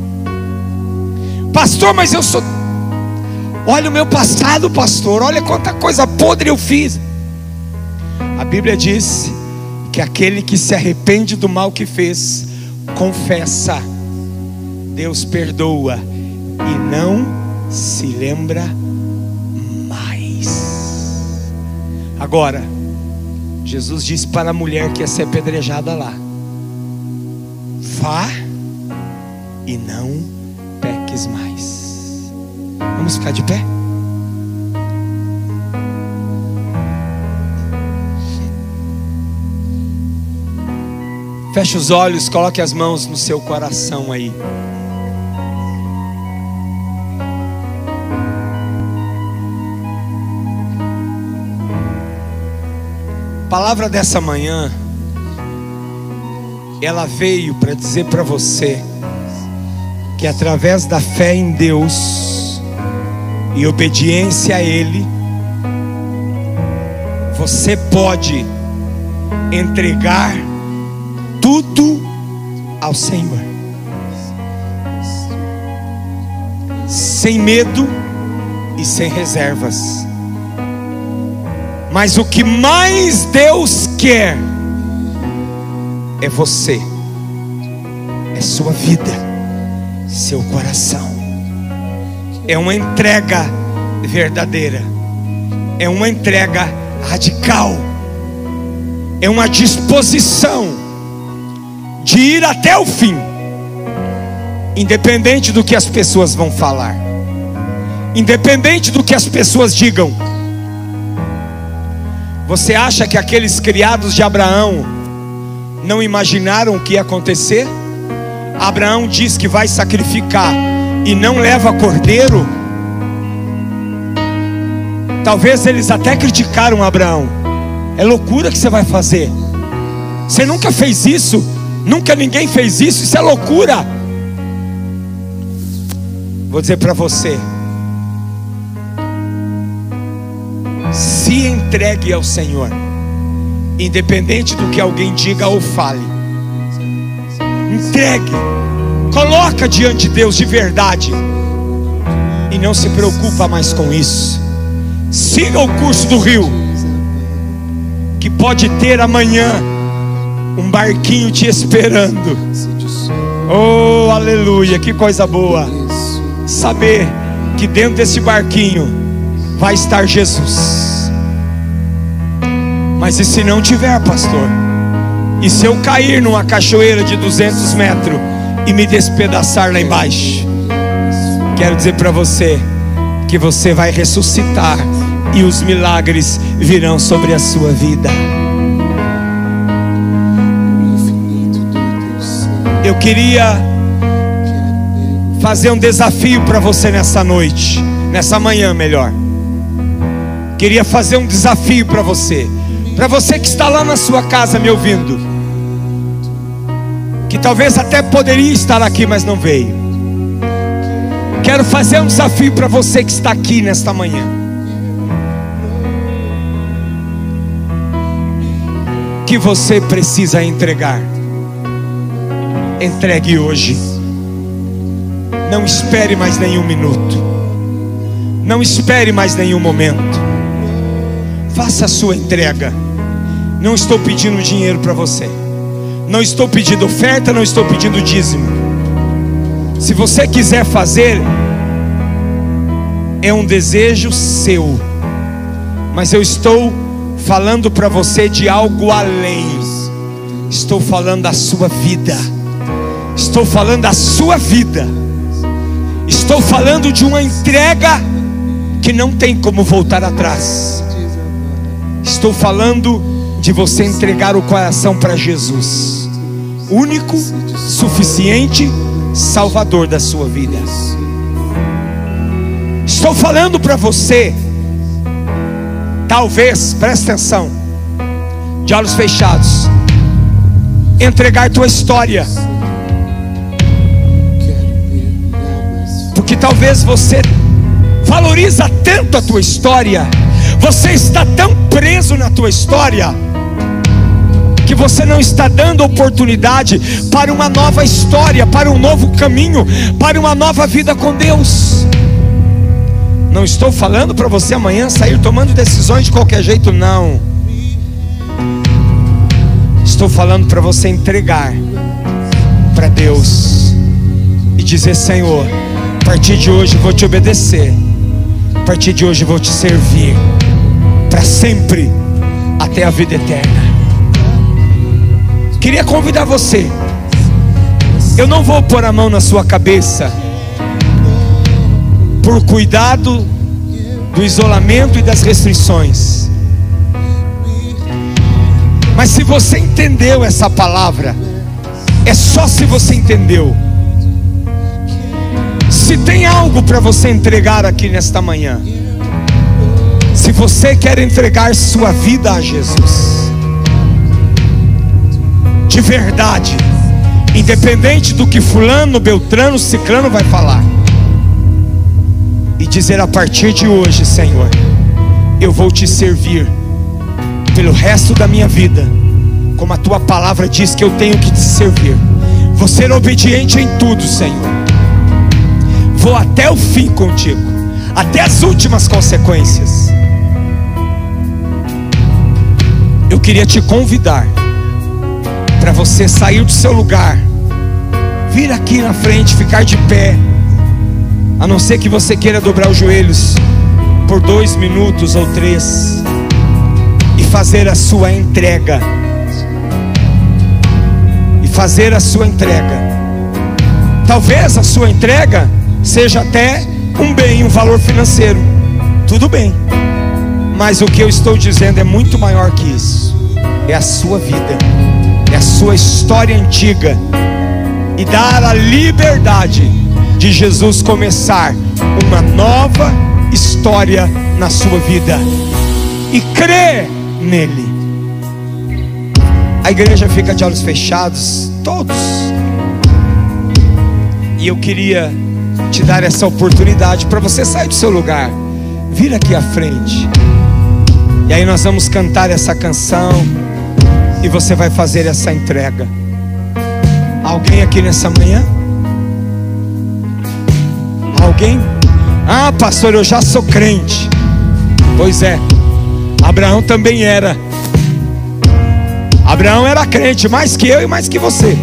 Pastor, mas eu sou... Olha o meu passado, pastor, olha quanta coisa podre eu fiz. A Bíblia diz que aquele que se arrepende do mal que fez, confessa, Deus perdoa e não se lembra mais. Agora, Jesus disse para a mulher que ia ser apedrejada lá: vá e não peques mais. Vamos ficar de pé? Feche os olhos, coloque as mãos no seu coração aí. A palavra dessa manhã, ela veio para dizer para você que através da fé em Deus e obediência a Ele, você pode entregar tudo ao Senhor, sem medo e sem reservas. Mas o que mais Deus quer é você, é sua vida, seu coração. É uma entrega verdadeira, é uma entrega radical, é uma disposição de ir até o fim, independente do que as pessoas vão falar, independente do que as pessoas digam. Você acha que aqueles criados de Abraão não imaginaram o que ia acontecer? Abraão diz que vai sacrificar e não leva cordeiro. Talvez eles até criticaram Abraão: é loucura que você vai fazer, você nunca fez isso, nunca ninguém fez isso, isso é loucura. Vou dizer para você: se entregue ao Senhor, independente do que alguém diga ou fale. Entregue, coloca diante de Deus de verdade, e não se preocupa mais com isso. Siga o curso do rio, que pode ter amanhã um barquinho te esperando. Oh, aleluia, que coisa boa saber que dentro desse barquinho vai estar Jesus. Mas e se não tiver, pastor? E se eu cair numa cachoeira de duzentos metros e me despedaçar lá embaixo? Quero dizer para você que você vai ressuscitar e os milagres virão sobre a sua vida. Eu queria fazer um desafio para você nessa noite, nessa manhã melhor. Queria fazer um desafio para você, para você que está lá na sua casa me ouvindo, que talvez até poderia estar aqui, mas não veio. Quero fazer um desafio para você que está aqui nesta manhã. Que você precisa entregar. Entregue hoje. Não espere mais nenhum minuto. Não espere mais nenhum momento. Faça a sua entrega. Não estou pedindo dinheiro para você, não estou pedindo oferta, não estou pedindo dízimo. Se você quiser fazer, é um desejo seu, mas eu estou falando para você de algo além. Estou falando da sua vida. Estou falando da sua vida. Estou falando de uma entrega que não tem como voltar atrás. Estou falando de você entregar o coração para Jesus, único, suficiente Salvador da sua vida. Estou falando para você, talvez, presta atenção, de olhos fechados, entregar tua história, talvez você valoriza tanto a tua história, você está tão preso na tua história, que você não está dando oportunidade para uma nova história, para um novo caminho, para uma nova vida com Deus. Não estou falando para você amanhã sair tomando decisões de qualquer jeito, não. Estou falando para você entregar para Deus e dizer: Senhor, a partir de hoje vou te obedecer, a partir de hoje vou te servir para sempre, até a vida eterna. Queria convidar você. Eu não vou pôr a mão na sua cabeça, por cuidado do isolamento e das restrições. Mas se você entendeu essa palavra, é só se você entendeu. Se tem algo para você entregar aqui nesta manhã, se você quer entregar sua vida a Jesus, de verdade, independente do que fulano, beltrano, ciclano vai falar, e dizer: a partir de hoje, Senhor, eu vou te servir pelo resto da minha vida, como a tua palavra diz que eu tenho que te servir. Vou ser obediente em tudo, Senhor. Vou até o fim contigo, até as últimas consequências. Eu queria te convidar para você sair do seu lugar, vir aqui na frente, ficar de pé, a não ser que você queira dobrar os joelhos por dois minutos ou três, e fazer a sua entrega, e fazer a sua entrega. Talvez a sua entrega seja até um bem, um valor financeiro, tudo bem, mas o que eu estou dizendo é muito maior que isso. É a sua vida, é a sua história antiga, e dar a liberdade de Jesus começar uma nova história na sua vida, e crer nele. A igreja fica de olhos fechados, todos, e eu queria te dar essa oportunidade para você sair do seu lugar, vir aqui à frente, e aí nós vamos cantar essa canção, e você vai fazer essa entrega. Alguém aqui nessa manhã? Alguém? Ah, pastor, eu já sou crente. Pois é, Abraão também era. Abraão era crente, mais que eu e mais que você.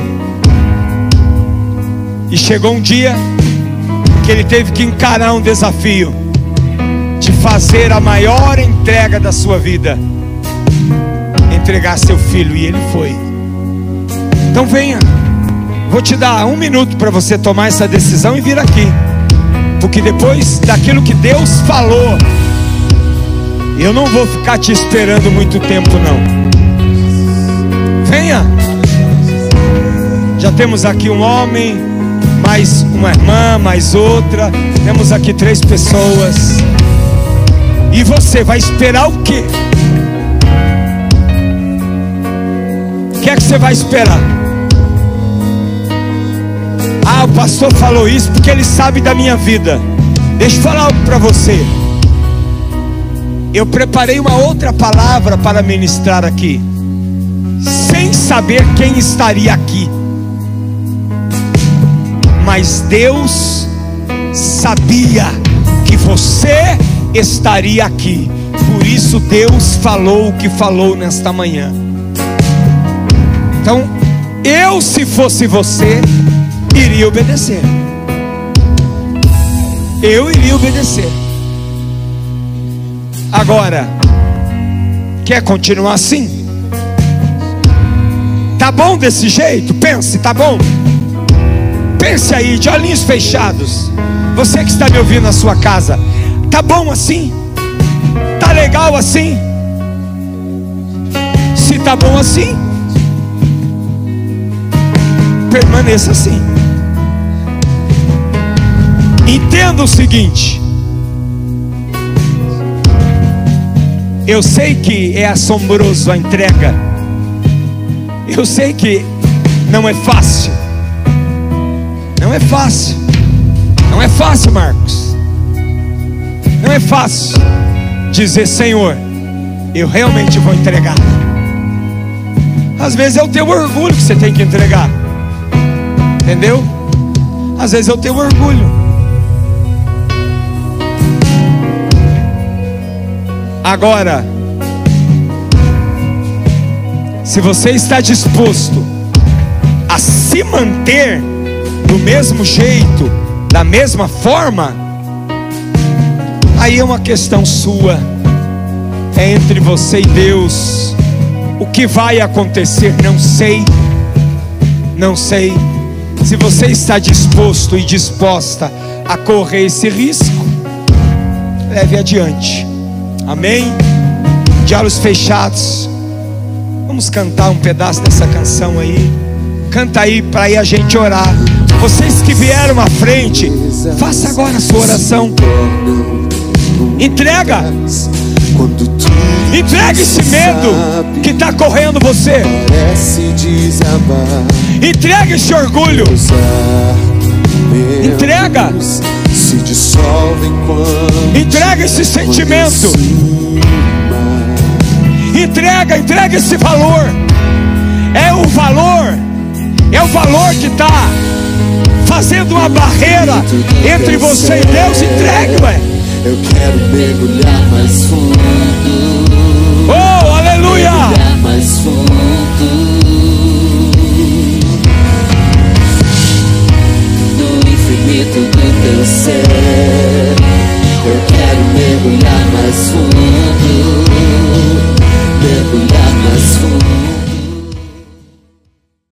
E chegou um dia que ele teve que encarar um desafio de fazer a maior entrega da sua vida, entregar seu filho, e ele foi. Então venha, vou te dar um minuto para você tomar essa decisão e vir aqui, porque depois daquilo que Deus falou, eu não vou ficar te esperando muito tempo, não. Venha. Já temos aqui um homem, mais uma irmã, mais outra. Temos aqui três pessoas. E você vai esperar o quê? O que é que você vai esperar? Ah, o pastor falou isso porque ele sabe da minha vida. Deixa eu falar algo para você. Eu preparei uma outra palavra para ministrar aqui, sem saber quem estaria aqui, mas Deus sabia que você estaria aqui. Por isso Deus falou o que falou nesta manhã. Então, eu, se fosse você, iria obedecer. Eu iria obedecer. Agora, quer continuar assim? Tá bom desse jeito? Pense, tá bom? Pense aí, de olhinhos fechados. Você que está me ouvindo na sua casa, tá bom assim? Tá legal assim? Se tá bom assim, permaneça assim. Entenda o seguinte: eu sei que é assombroso a entrega, eu sei que não é fácil, não é fácil, Não é fácil, Marcos. Não é fácil dizer: Senhor, eu realmente vou entregar. Às vezes é o teu orgulho que você tem que entregar, entendeu? Às vezes é o teu orgulho. Agora, se você está disposto a se manter do mesmo jeito, da mesma forma, aí é uma questão sua, é entre você e Deus. O que vai acontecer, não sei, não sei. Se você está disposto e disposta a correr esse risco, leve adiante. Amém? De olhos fechados, vamos cantar um pedaço dessa canção aí. Canta aí para aí a gente orar. Vocês que vieram à frente, faça agora a sua oração. Entrega. Entrega esse medo que está correndo você. Entrega esse orgulho. Entrega. Entrega esse sentimento. Entrega, entrega esse valor. É o valor, é o valor que está fazendo uma barreira entre você e Deus. Entregue, ué. Eu quero mergulhar mais fundo. Oh, aleluia! Mergulhar mais fundo no infinito do teu ser. Eu quero mergulhar mais fundo.